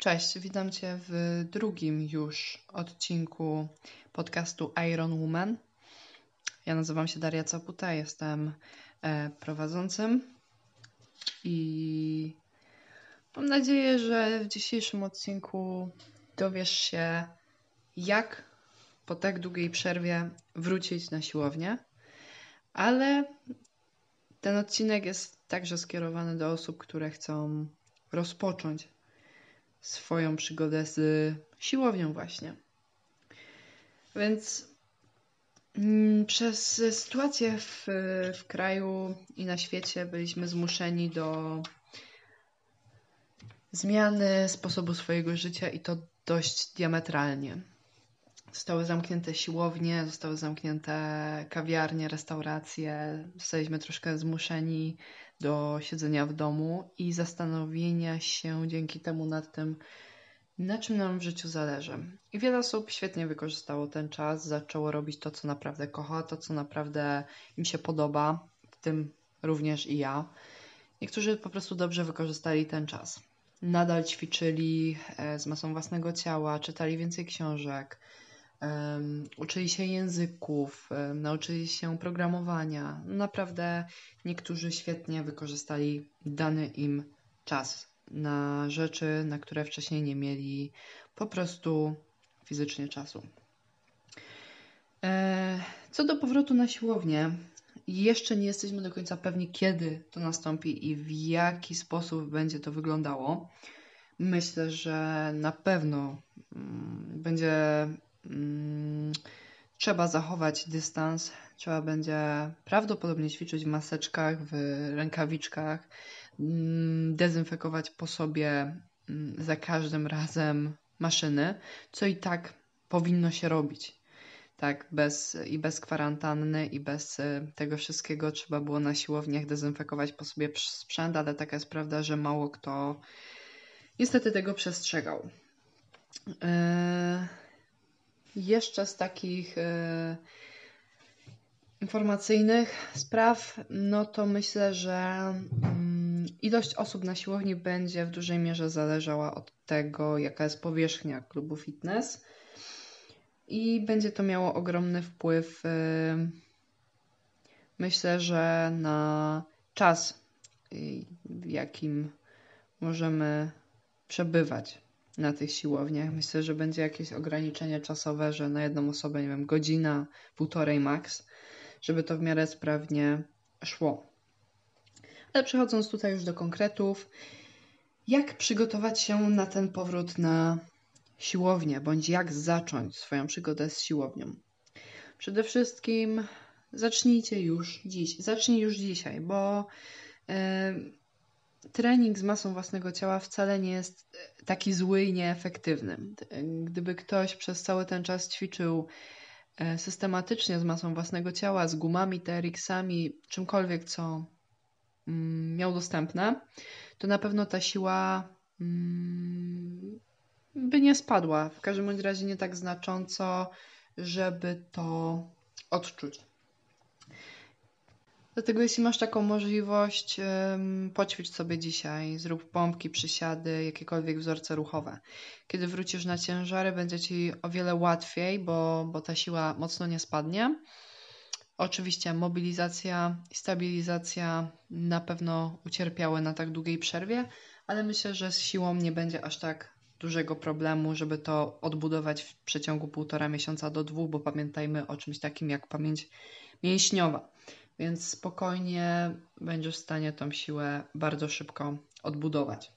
Cześć, witam Cię w drugim już odcinku podcastu Iron Woman. Ja nazywam się Daria Caputa, jestem prowadzącym i mam nadzieję, że w dzisiejszym odcinku dowiesz się, jak po tak długiej przerwie wrócić na siłownię, ale ten odcinek jest także skierowany do osób, które chcą rozpocząć swoją przygodę z siłownią właśnie. Więc przez sytuację w kraju i na świecie byliśmy zmuszeni do zmiany sposobu swojego życia i to dość diametralnie. Zostały zamknięte siłownie, zostały zamknięte kawiarnie, restauracje. Zostaliśmy troszkę zmuszeni do siedzenia w domu i zastanowienia się dzięki temu nad tym, na czym nam w życiu zależy. I wiele osób świetnie wykorzystało ten czas, zaczęło robić to, co naprawdę kocha, to, co naprawdę im się podoba, w tym również i ja. Niektórzy po prostu dobrze wykorzystali ten czas. Nadal ćwiczyli z masą własnego ciała, czytali więcej książek, uczyli się języków, nauczyli się programowania. Naprawdę niektórzy świetnie wykorzystali dany im czas na rzeczy, na które wcześniej nie mieli po prostu fizycznie czasu. Co do powrotu na siłownię, jeszcze nie jesteśmy do końca pewni, kiedy to nastąpi i w jaki sposób będzie to wyglądało. Myślę, że na pewno będzie trzeba zachować dystans, trzeba będzie prawdopodobnie ćwiczyć w maseczkach, w rękawiczkach, dezynfekować po sobie za każdym razem maszyny, co i tak powinno się robić. Tak, bez kwarantanny i bez tego wszystkiego trzeba było na siłowniach dezynfekować po sobie sprzęt, ale taka jest prawda, że mało kto niestety tego przestrzegał. Jeszcze z takich informacyjnych spraw, no to myślę, że ilość osób na siłowni będzie w dużej mierze zależała od tego, jaka jest powierzchnia klubu fitness i będzie to miało ogromny wpływ, myślę, że na czas, w jakim możemy przebywać na tych siłowniach. Myślę, że będzie jakieś ograniczenie czasowe, że na jedną osobę, nie wiem, godzina, półtorej max, żeby to w miarę sprawnie szło. Ale przechodząc tutaj już do konkretów, jak przygotować się na ten powrót na siłownię, bądź jak zacząć swoją przygodę z siłownią? Przede wszystkim zacznij już dzisiaj, bo trening z masą własnego ciała wcale nie jest taki zły i nieefektywny. Gdyby ktoś przez cały ten czas ćwiczył systematycznie z masą własnego ciała, z gumami, TRX-ami, czymkolwiek, co miał dostępne, to na pewno ta siła by nie spadła. W każdym bądź razie nie tak znacząco, żeby to odczuć. Dlatego jeśli masz taką możliwość, poćwicz sobie dzisiaj, zrób pompki, przysiady, jakiekolwiek wzorce ruchowe. Kiedy wrócisz na ciężary, będzie Ci o wiele łatwiej, bo ta siła mocno nie spadnie. Oczywiście mobilizacja i stabilizacja na pewno ucierpiały na tak długiej przerwie, ale myślę, że z siłą nie będzie aż tak dużego problemu, żeby to odbudować w przeciągu 1,5 miesiąca do 2, bo pamiętajmy o czymś takim jak pamięć mięśniowa. Więc spokojnie będziesz w stanie tą siłę bardzo szybko odbudować.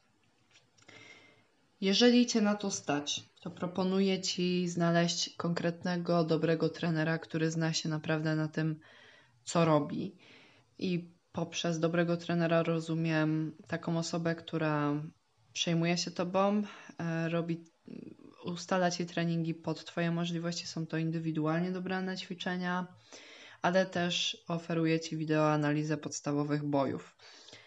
Jeżeli Cię na to stać, to proponuję Ci znaleźć konkretnego, dobrego trenera, który zna się naprawdę na tym, co robi. I poprzez dobrego trenera rozumiem taką osobę, która przejmuje się Tobą, ustala Ci treningi pod Twoje możliwości, są to indywidualnie dobrane ćwiczenia, ale też oferuje Ci wideoanalizę podstawowych bojów.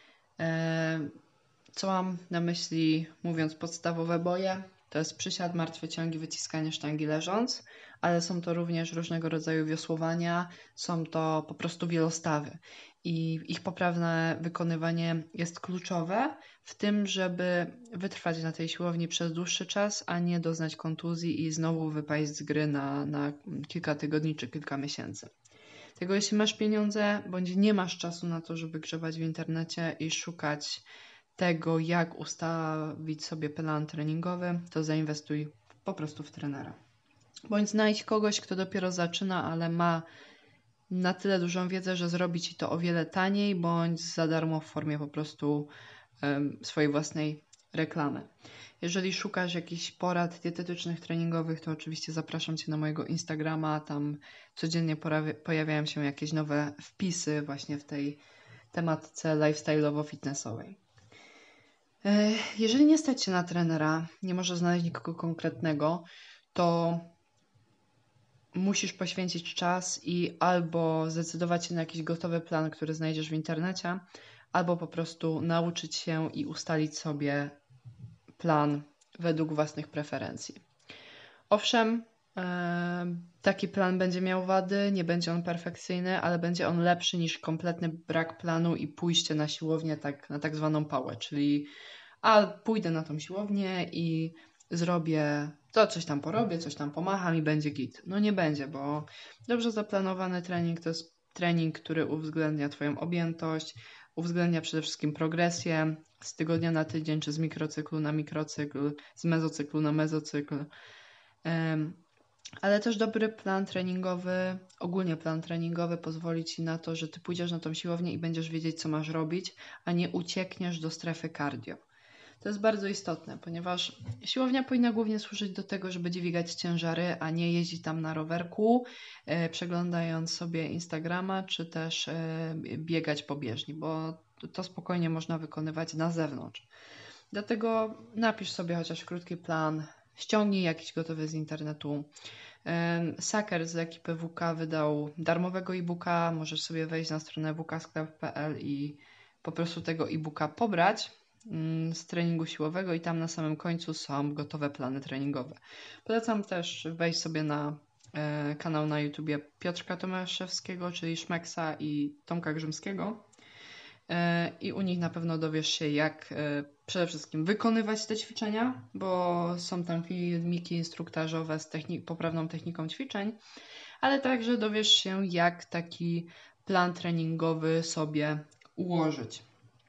Co mam na myśli, mówiąc podstawowe boje? To jest przysiad, martwe ciągi, wyciskanie sztangi leżąc, ale są to również różnego rodzaju wiosłowania, są to po prostu wielostawy. i ich poprawne wykonywanie jest kluczowe w tym, żeby wytrwać na tej siłowni przez dłuższy czas, a nie doznać kontuzji i znowu wypaść z gry na kilka tygodni czy kilka miesięcy. Tego jeśli masz pieniądze, bądź nie masz czasu na to, żeby grzebać w internecie i szukać tego, jak ustawić sobie plan treningowy, to zainwestuj po prostu w trenera. Bądź znajdź kogoś, kto dopiero zaczyna, ale ma na tyle dużą wiedzę, że zrobi Ci to o wiele taniej, bądź za darmo w formie po prostu swojej własnej reklamy. Jeżeli szukasz jakichś porad dietetycznych, treningowych, to oczywiście zapraszam Cię na mojego Instagrama. Tam codziennie pojawiają się jakieś nowe wpisy właśnie w tej tematce lifestyle'owo-fitnessowej. Jeżeli nie stać się na trenera, nie możesz znaleźć nikogo konkretnego, to musisz poświęcić czas i albo zdecydować się na jakiś gotowy plan, który znajdziesz w internecie, albo po prostu nauczyć się i ustalić sobie plan według własnych preferencji. Owszem, taki plan będzie miał wady, nie będzie on perfekcyjny, ale będzie on lepszy niż kompletny brak planu i pójście na siłownię na tak zwaną pałę, czyli pójdę na tą siłownię i zrobię to, coś tam porobię, coś tam pomacham i będzie git. No nie będzie, bo dobrze zaplanowany trening to jest trening, który uwzględnia Twoją objętość, uwzględnia przede wszystkim progresję z tygodnia na tydzień, czy z mikrocyklu na mikrocykl, z mezocyklu na mezocykl. Ale też dobry plan treningowy, ogólnie plan treningowy pozwoli Ci na to, że Ty pójdziesz na tą siłownię i będziesz wiedzieć, co masz robić, a nie uciekniesz do strefy cardio. To jest bardzo istotne, ponieważ siłownia powinna głównie służyć do tego, żeby dźwigać ciężary, a nie jeździć tam na rowerku, przeglądając sobie Instagrama, czy też biegać po bieżni, bo to spokojnie można wykonywać na zewnątrz. Dlatego napisz sobie chociaż krótki plan, ściągnij jakiś gotowy z internetu. Saker z ekipy WK wydał darmowego e-booka, możesz sobie wejść na stronę wksklep.pl i po prostu tego e-booka pobrać z treningu siłowego i tam na samym końcu są gotowe plany treningowe. Polecam też wejść sobie na kanał na YouTubie Piotrka Tomaszewskiego, czyli Szmeksa i Tomka Grzymskiego i u nich na pewno dowiesz się, jak przede wszystkim wykonywać te ćwiczenia, bo są tam filmiki instruktażowe z poprawną techniką ćwiczeń, ale także dowiesz się, jak taki plan treningowy sobie ułożyć.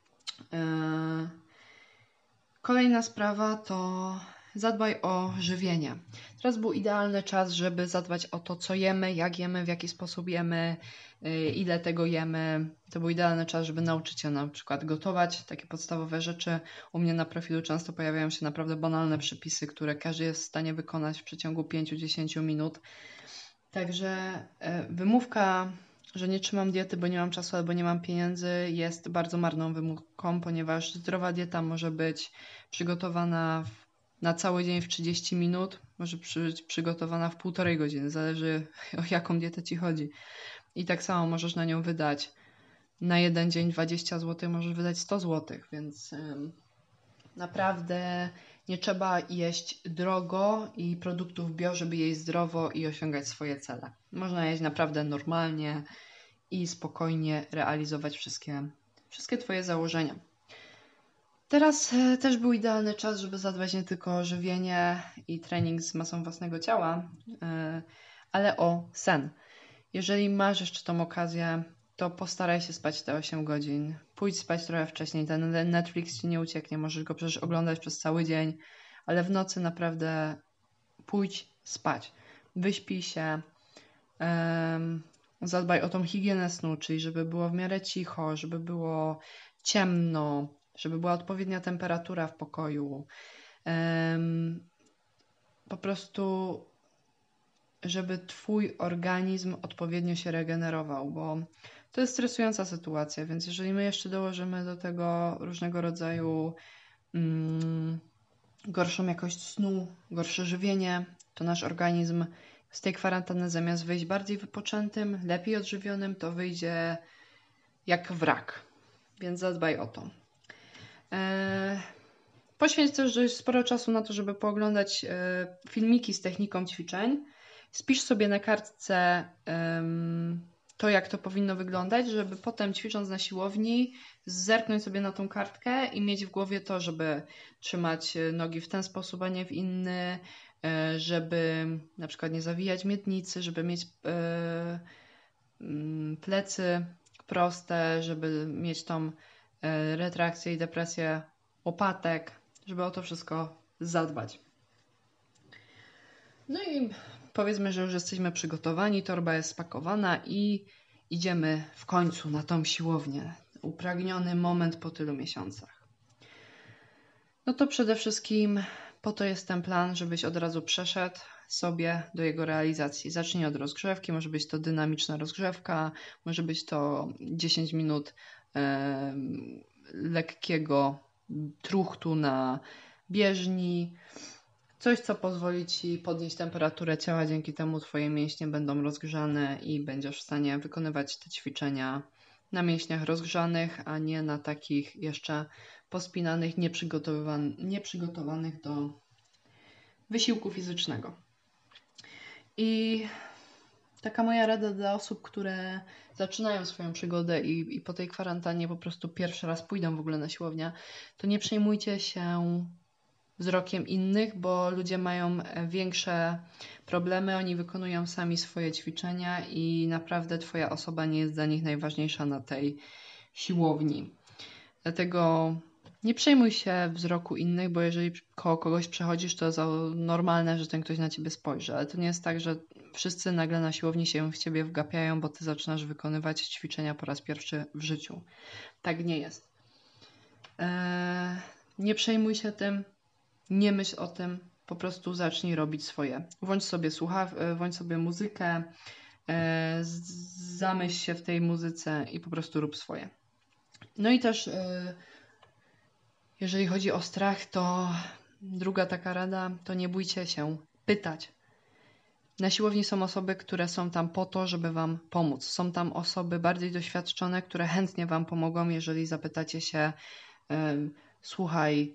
Kolejna sprawa to zadbaj o żywienie. Teraz był idealny czas, żeby zadbać o to, co jemy, jak jemy, w jaki sposób jemy, ile tego jemy. To był idealny czas, żeby nauczyć się na przykład gotować, takie podstawowe rzeczy. U mnie na profilu często pojawiają się naprawdę banalne przepisy, które każdy jest w stanie wykonać w przeciągu 5-10 minut. Także wymówka, że nie trzymam diety, bo nie mam czasu albo nie mam pieniędzy, jest bardzo marną wymówką, ponieważ zdrowa dieta może być przygotowana na cały dzień w 30 minut, może być przygotowana w 1,5 godziny, zależy o jaką dietę Ci chodzi. I tak samo możesz na nią wydać na jeden dzień 20 zł, możesz wydać 100 zł, więc naprawdę nie trzeba jeść drogo i produktów bio, żeby jeść zdrowo i osiągać swoje cele. Można jeść naprawdę normalnie i spokojnie realizować wszystkie Twoje założenia. Teraz też był idealny czas, żeby zadbać nie tylko o żywienie i trening z masą własnego ciała, ale o sen. Jeżeli masz jeszcze tą okazję, to postaraj się spać te 8 godzin. Pójdź spać trochę wcześniej, ten Netflix Ci nie ucieknie, możesz go przecież oglądać przez cały dzień, ale w nocy naprawdę pójdź spać. Wyśpij się, zadbaj o tą higienę snu, czyli żeby było w miarę cicho, żeby było ciemno, żeby była odpowiednia temperatura w pokoju. Po prostu żeby Twój organizm odpowiednio się regenerował, bo to jest stresująca sytuacja, więc jeżeli my jeszcze dołożymy do tego różnego rodzaju gorszą jakość snu, gorsze żywienie, to nasz organizm z tej kwarantanny zamiast wyjść bardziej wypoczętym, lepiej odżywionym, to wyjdzie jak wrak, więc zadbaj o to. Poświęć też dość sporo czasu na to, żeby pooglądać filmiki z techniką ćwiczeń. Spisz sobie na kartce to, jak to powinno wyglądać, żeby potem ćwicząc na siłowni zerknąć sobie na tą kartkę i mieć w głowie to, żeby trzymać nogi w ten sposób, a nie w inny, żeby na przykład nie zawijać miednicy, żeby mieć plecy proste, żeby mieć tą retrakcję i depresję łopatek, żeby o to wszystko zadbać. No i powiedzmy, że już jesteśmy przygotowani, torba jest spakowana i idziemy w końcu na tą siłownię. Upragniony moment po tylu miesiącach. No to przede wszystkim po to jest ten plan, żebyś od razu przeszedł sobie do jego realizacji. Zacznij od rozgrzewki, może być to dynamiczna rozgrzewka, może być to 10 minut lekkiego truchtu na bieżni. Coś, co pozwoli Ci podnieść temperaturę ciała, dzięki temu Twoje mięśnie będą rozgrzane i będziesz w stanie wykonywać te ćwiczenia na mięśniach rozgrzanych, a nie na takich jeszcze pospinanych, nieprzygotowanych do wysiłku fizycznego. I taka moja rada dla osób, które zaczynają swoją przygodę i po tej kwarantannie po prostu pierwszy raz pójdą w ogóle na siłownię, to nie przejmujcie się wzrokiem innych, bo ludzie mają większe problemy, oni wykonują sami swoje ćwiczenia i naprawdę Twoja osoba nie jest dla nich najważniejsza na tej siłowni. Dlatego nie przejmuj się wzroku innych, bo jeżeli koło kogoś przechodzisz, to normalne, że ten ktoś na Ciebie spojrzy, ale to nie jest tak, że wszyscy nagle na siłowni się w Ciebie wgapiają, bo Ty zaczynasz wykonywać ćwiczenia po raz pierwszy w życiu. Tak nie jest. Nie przejmuj się tym. Nie myśl o tym, po prostu zacznij robić swoje. Włącz sobie muzykę, zamyśl się w tej muzyce i po prostu rób swoje. No i też jeżeli chodzi o strach, to druga taka rada, to nie bójcie się pytać. Na siłowni są osoby, które są tam po to, żeby Wam pomóc. Są tam osoby bardziej doświadczone, które chętnie Wam pomogą, jeżeli zapytacie się, słuchaj,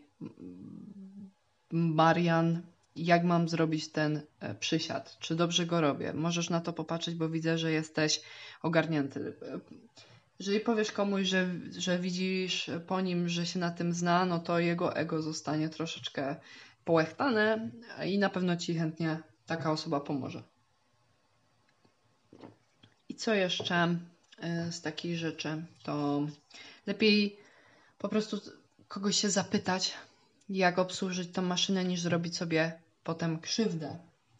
Marian, jak mam zrobić ten przysiad? Czy dobrze go robię? Możesz na to popatrzeć, bo widzę, że jesteś ogarnięty. Jeżeli powiesz komuś, że widzisz po nim, że się na tym zna, no to jego ego zostanie troszeczkę połechtane i na pewno Ci chętnie taka osoba pomoże. I co jeszcze z takich rzeczy? To lepiej po prostu kogoś się zapytać, jak obsłużyć tą maszynę, niż zrobić sobie potem krzywdę.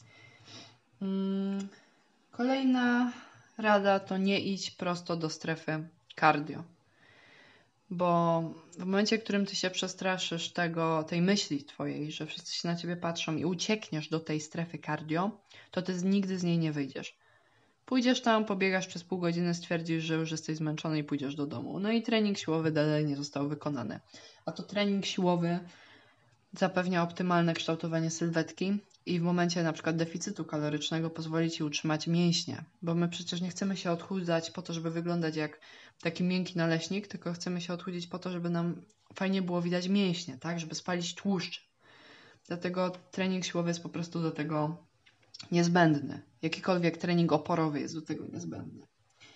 Kolejna rada to nie idź prosto do strefy cardio. Bo w momencie, w którym Ty się przestraszysz tej myśli Twojej, że wszyscy się na Ciebie patrzą i uciekniesz do tej strefy cardio, to Ty nigdy z niej nie wyjdziesz. Pójdziesz tam, pobiegasz przez pół godziny, stwierdzisz, że już jesteś zmęczony i pójdziesz do domu. No i trening siłowy dalej nie został wykonany. A to trening siłowy zapewnia optymalne kształtowanie sylwetki i w momencie na przykład deficytu kalorycznego pozwoli Ci utrzymać mięśnie, bo my przecież nie chcemy się odchudzać po to, żeby wyglądać jak taki miękki naleśnik, tylko chcemy się odchudzić po to, żeby nam fajnie było widać mięśnie, tak, żeby spalić tłuszcz. Dlatego trening siłowy jest po prostu do tego niezbędny. Jakikolwiek trening oporowy jest do tego niezbędny.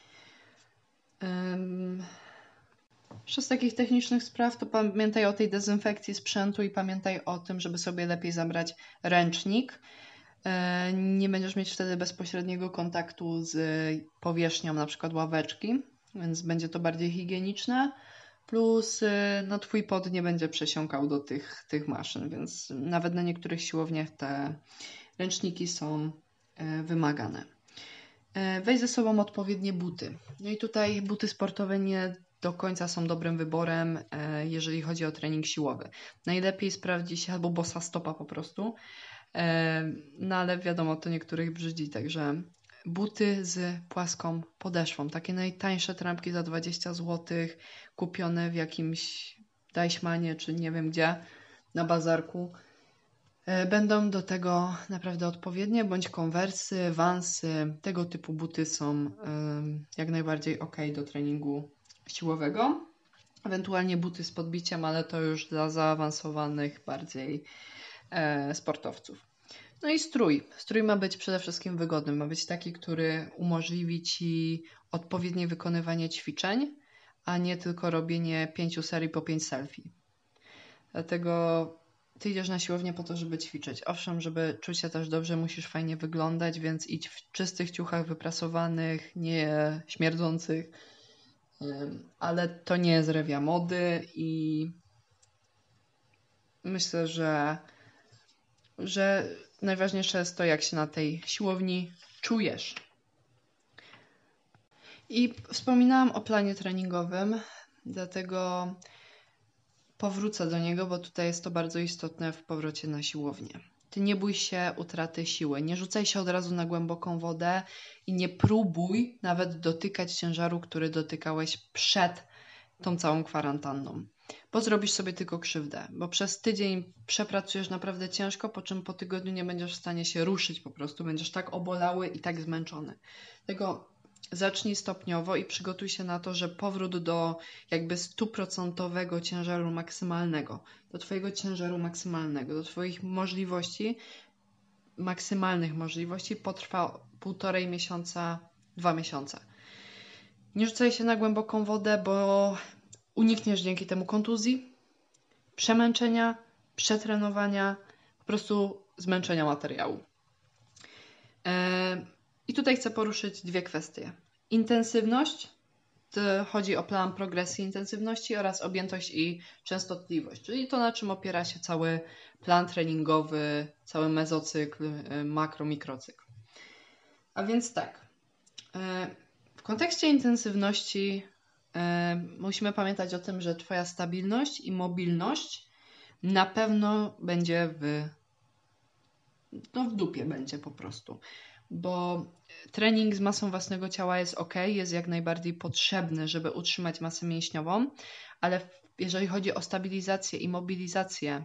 Jeszcze z takich technicznych spraw to pamiętaj o tej dezynfekcji sprzętu i pamiętaj o tym, żeby sobie lepiej zabrać ręcznik. Nie będziesz mieć wtedy bezpośredniego kontaktu z powierzchnią na przykład ławeczki, więc będzie to bardziej higieniczne. Plus no, Twój pot nie będzie przesiąkał do tych maszyn, więc nawet na niektórych siłowniach te ręczniki są wymagane. Weź ze sobą odpowiednie buty. No i tutaj buty sportowe nie do końca są dobrym wyborem, jeżeli chodzi o trening siłowy. Najlepiej sprawdzi się albo bosa stopa po prostu, no ale wiadomo, to niektórych brzydzi, także buty z płaską podeszwą. Takie najtańsze trampki za 20 zł, kupione w jakimś Deichmannie czy nie wiem gdzie, na bazarku. Będą do tego naprawdę odpowiednie, bądź Conversy, Vansy. Tego typu buty są jak najbardziej ok do treningu siłowego. Ewentualnie buty z podbiciem, ale to już dla zaawansowanych bardziej sportowców. No i strój. Strój ma być przede wszystkim wygodny. Ma być taki, który umożliwi Ci odpowiednie wykonywanie ćwiczeń, a nie tylko robienie 5 serii po 5 selfie. Dlatego Ty idziesz na siłownię po to, żeby ćwiczyć. Owszem, żeby czuć się też dobrze, musisz fajnie wyglądać, więc idź w czystych ciuchach wyprasowanych, nie śmierdzących, ale to nie jest rewia mody i myślę, że najważniejsze jest to, jak się na tej siłowni czujesz. I wspominałam o planie treningowym, dlatego powrócę do niego, bo tutaj jest to bardzo istotne w powrocie na siłownię. Ty nie bój się utraty siły, nie rzucaj się od razu na głęboką wodę i nie próbuj nawet dotykać ciężaru, który dotykałeś przed tą całą kwarantanną, bo zrobisz sobie tylko krzywdę, bo przez tydzień przepracujesz naprawdę ciężko, po czym po tygodniu nie będziesz w stanie się ruszyć po prostu, będziesz tak obolały i tak zmęczony. Dlatego zacznij stopniowo i przygotuj się na to, że powrót do jakby 100% ciężaru maksymalnego, do Twojego ciężaru maksymalnego, do Twoich możliwości, maksymalnych możliwości potrwa 1,5 miesiąca, 2 miesiące. Nie rzucaj się na głęboką wodę, bo unikniesz dzięki temu kontuzji, przemęczenia, przetrenowania, po prostu zmęczenia materiału. I tutaj chcę poruszyć 2 kwestie. Intensywność, to chodzi o plan progresji intensywności oraz objętość i częstotliwość, czyli to, na czym opiera się cały plan treningowy, cały mezocykl, makro, mikrocykl. A więc tak, w kontekście intensywności musimy pamiętać o tym, że Twoja stabilność i mobilność na pewno będzie w dupie będzie po prostu, bo trening z masą własnego ciała jest ok, jest jak najbardziej potrzebny, żeby utrzymać masę mięśniową, ale jeżeli chodzi o stabilizację i mobilizację,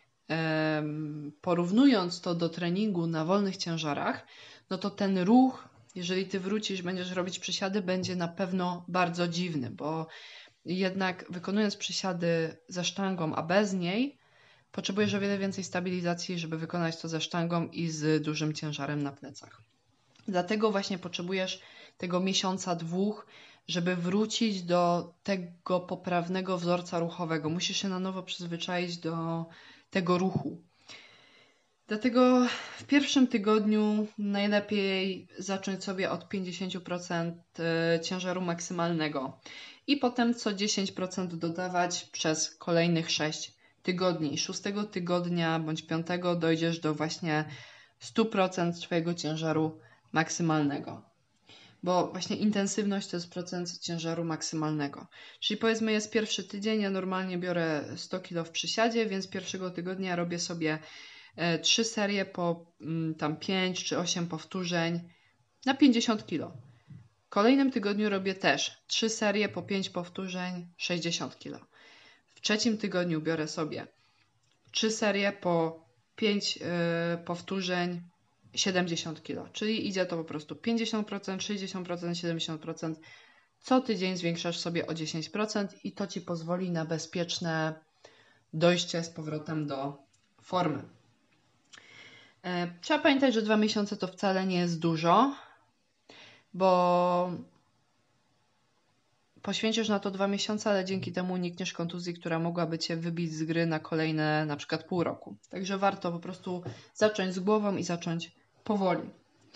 porównując to do treningu na wolnych ciężarach, no to ten ruch, jeżeli Ty wrócisz, będziesz robić przysiady, będzie na pewno bardzo dziwny, bo jednak wykonując przysiady ze sztangą, a bez niej, potrzebujesz o wiele więcej stabilizacji, żeby wykonać to ze sztangą i z dużym ciężarem na plecach. Dlatego właśnie potrzebujesz tego miesiąca, 2, żeby wrócić do tego poprawnego wzorca ruchowego. Musisz się na nowo przyzwyczaić do tego ruchu. Dlatego w pierwszym tygodniu najlepiej zacząć sobie od 50% ciężaru maksymalnego i potem co 10% dodawać przez kolejnych 6 tygodni. 6 tygodnia bądź 5 dojdziesz do właśnie 100% Twojego ciężaru maksymalnego. Bo właśnie intensywność to jest procent ciężaru maksymalnego. Czyli powiedzmy jest pierwszy tydzień, ja normalnie biorę 100 kg w przysiadzie, więc pierwszego tygodnia robię sobie 3 serie po tam 5 czy 8 powtórzeń na 50 kg. W kolejnym tygodniu robię też 3 serie po 5 powtórzeń 60 kg. W trzecim tygodniu biorę sobie 3 serie po 5 powtórzeń 70 kg. Czyli idzie to po prostu 50%, 60%, 70%. Co tydzień zwiększasz sobie o 10% i to Ci pozwoli na bezpieczne dojście z powrotem do formy. Trzeba pamiętać, że 2 miesiące to wcale nie jest dużo, bo poświęcisz na to 2 miesiące, ale dzięki temu unikniesz kontuzji, która mogłaby Cię wybić z gry na kolejne na przykład pół roku. Także warto po prostu zacząć z głową i zacząć powoli.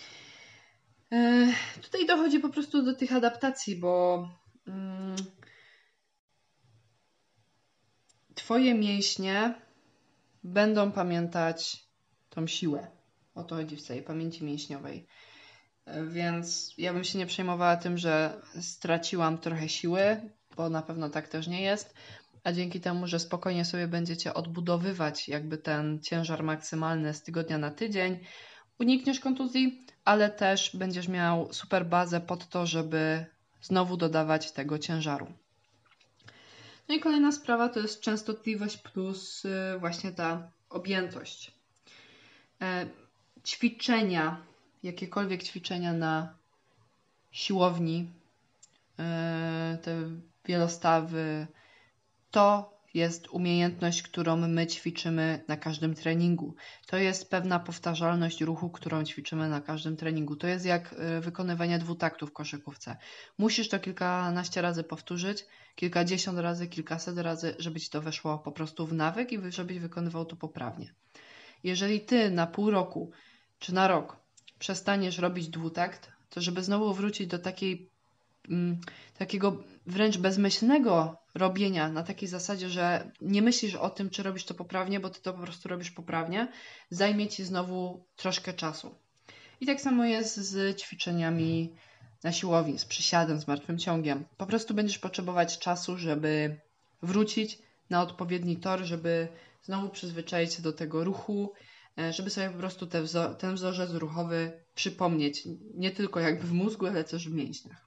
Tutaj dochodzi po prostu do tych adaptacji, bo Twoje mięśnie będą pamiętać tą siłę. O to chodzi w całej pamięci mięśniowej. Więc ja bym się nie przejmowała tym, że straciłam trochę siły, bo na pewno tak też nie jest, a dzięki temu, że spokojnie sobie będziecie odbudowywać jakby ten ciężar maksymalny z tygodnia na tydzień, unikniesz kontuzji, ale też będziesz miał super bazę pod to, żeby znowu dodawać tego ciężaru. No i kolejna sprawa to jest częstotliwość plus właśnie ta objętość. Ćwiczenia, jakiekolwiek ćwiczenia na siłowni, te wielostawy, to jest umiejętność, którą my ćwiczymy na każdym treningu. To jest pewna powtarzalność ruchu, którą ćwiczymy na każdym treningu. To jest jak wykonywanie dwutaktu w koszykówce. Musisz to kilkanaście razy powtórzyć, kilkadziesiąt razy, kilkaset razy, żeby ci to weszło po prostu w nawyk i żebyś wykonywał to poprawnie. Jeżeli ty na pół roku czy na rok przestaniesz robić dwutakt, to żeby znowu wrócić do takiego wręcz bezmyślnego robienia na takiej zasadzie, że nie myślisz o tym, czy robisz to poprawnie, bo ty to po prostu robisz poprawnie, zajmie ci znowu troszkę czasu. I tak samo jest z ćwiczeniami na siłowni, z przysiadem, z martwym ciągiem. Po prostu będziesz potrzebować czasu, żeby wrócić na odpowiedni tor, żeby znowu przyzwyczaić się do tego ruchu, żeby sobie po prostu ten wzorzec ruchowy przypomnieć. Nie tylko jakby w mózgu, ale też w mięśniach.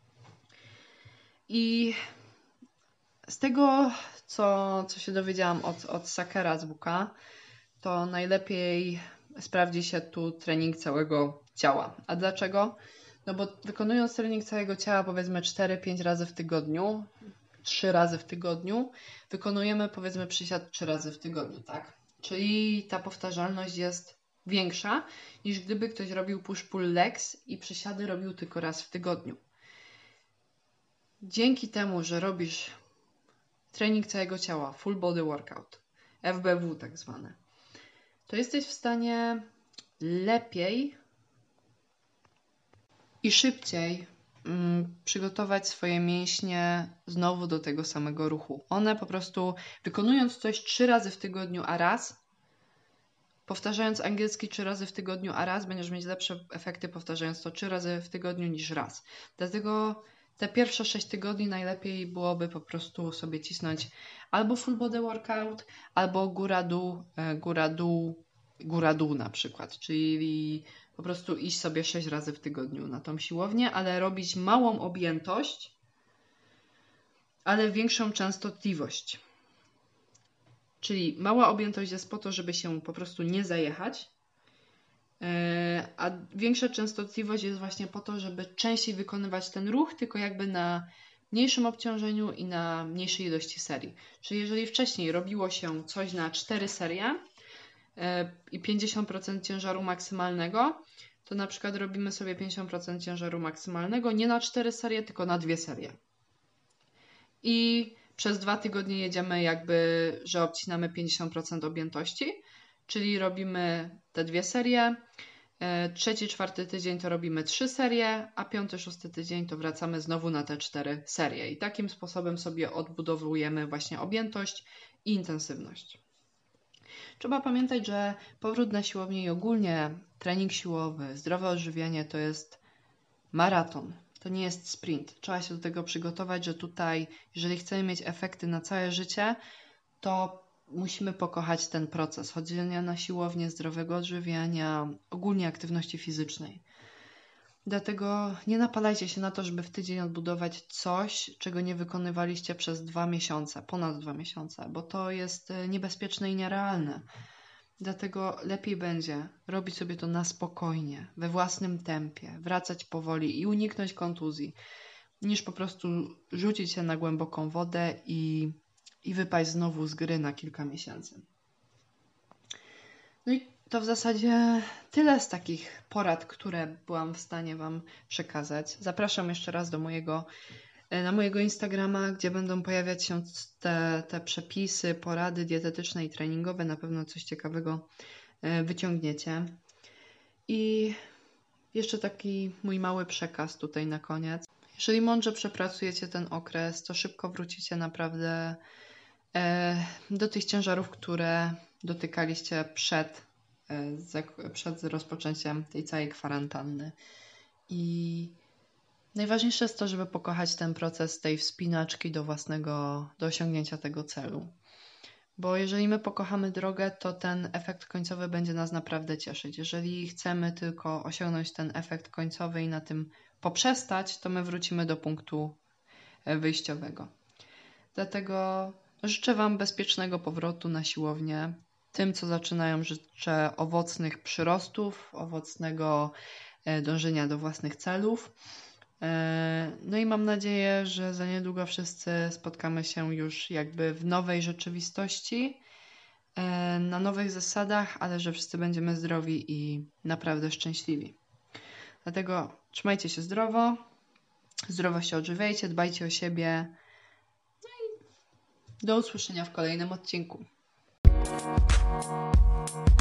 I z tego, co się dowiedziałam od Sakera z Buka, to najlepiej sprawdzi się tu trening całego ciała. A dlaczego? No bo wykonując trening całego ciała powiedzmy 4-5 razy w tygodniu, 3 razy w tygodniu, wykonujemy powiedzmy przysiad 3 razy w tygodniu, tak? Czyli ta powtarzalność jest większa niż gdyby ktoś robił push-pull legs i przysiady robił tylko raz w tygodniu. Dzięki temu, że robisz trening całego ciała, full body workout, FBW tak zwane, to jesteś w stanie lepiej i szybciej przygotować swoje mięśnie znowu do tego samego ruchu. One po prostu wykonując coś 3 razy w tygodniu, a raz, powtarzając angielski 3 razy w tygodniu, a raz, będziesz mieć lepsze efekty powtarzając to 3 razy w tygodniu niż raz. Dlatego te pierwsze 6 tygodni najlepiej byłoby po prostu sobie cisnąć albo full body workout, albo góra-dół na przykład, czyli po prostu iść sobie 6 razy w tygodniu na tą siłownię, ale robić małą objętość, ale większą częstotliwość. Czyli mała objętość jest po to, żeby się po prostu nie zajechać, a większa częstotliwość jest właśnie po to, żeby częściej wykonywać ten ruch, tylko jakby na mniejszym obciążeniu i na mniejszej ilości serii. Czyli jeżeli wcześniej robiło się coś na 4 serie i 50% ciężaru maksymalnego, to na przykład robimy sobie 50% ciężaru maksymalnego nie na 4 serie, tylko na 2 serie. I przez 2 tygodnie jedziemy jakby, że obcinamy 50% objętości, czyli robimy te 2 serie, 3-4 tydzień to robimy 3 serie, a 5-6 tydzień to wracamy znowu na te 4 serie. I takim sposobem sobie odbudowujemy właśnie objętość i intensywność. Trzeba pamiętać, że powrót na siłownię i ogólnie trening siłowy, zdrowe odżywianie to jest maraton. To nie jest sprint. Trzeba się do tego przygotować, że tutaj, jeżeli chcemy mieć efekty na całe życie, to musimy pokochać ten proces chodzenia na siłownię, zdrowego odżywiania, ogólnie aktywności fizycznej. Dlatego nie napalajcie się na to, żeby w tydzień odbudować coś, czego nie wykonywaliście przez 2 miesiące, ponad 2 miesiące, bo to jest niebezpieczne i nierealne. Dlatego lepiej będzie robić sobie to na spokojnie, we własnym tempie, wracać powoli i uniknąć kontuzji, niż po prostu rzucić się na głęboką wodę i wypaść znowu z gry na kilka miesięcy. No i to w zasadzie tyle z takich porad, które byłam w stanie Wam przekazać. Zapraszam jeszcze raz na mojego Instagrama, gdzie będą pojawiać się te przepisy, porady dietetyczne i treningowe. Na pewno coś ciekawego wyciągniecie. I jeszcze taki mój mały przekaz tutaj na koniec. Jeżeli mądrze przepracujecie ten okres, to szybko wrócicie naprawdę do tych ciężarów, które dotykaliście przed rozpoczęciem tej całej kwarantanny. I najważniejsze jest to, żeby pokochać ten proces tej wspinaczki do osiągnięcia tego celu. Bo jeżeli my pokochamy drogę, to ten efekt końcowy będzie nas naprawdę cieszyć. Jeżeli chcemy tylko osiągnąć ten efekt końcowy i na tym poprzestać, to my wrócimy do punktu wyjściowego. Dlatego życzę Wam bezpiecznego powrotu na siłownię. Tym, co zaczynają, życzę owocnych przyrostów, owocnego dążenia do własnych celów. No i mam nadzieję, że za niedługo wszyscy spotkamy się już jakby w nowej rzeczywistości, na nowych zasadach, ale że wszyscy będziemy zdrowi i naprawdę szczęśliwi. Dlatego trzymajcie się zdrowo się odżywiajcie, dbajcie o siebie. No i do usłyszenia w kolejnym odcinku.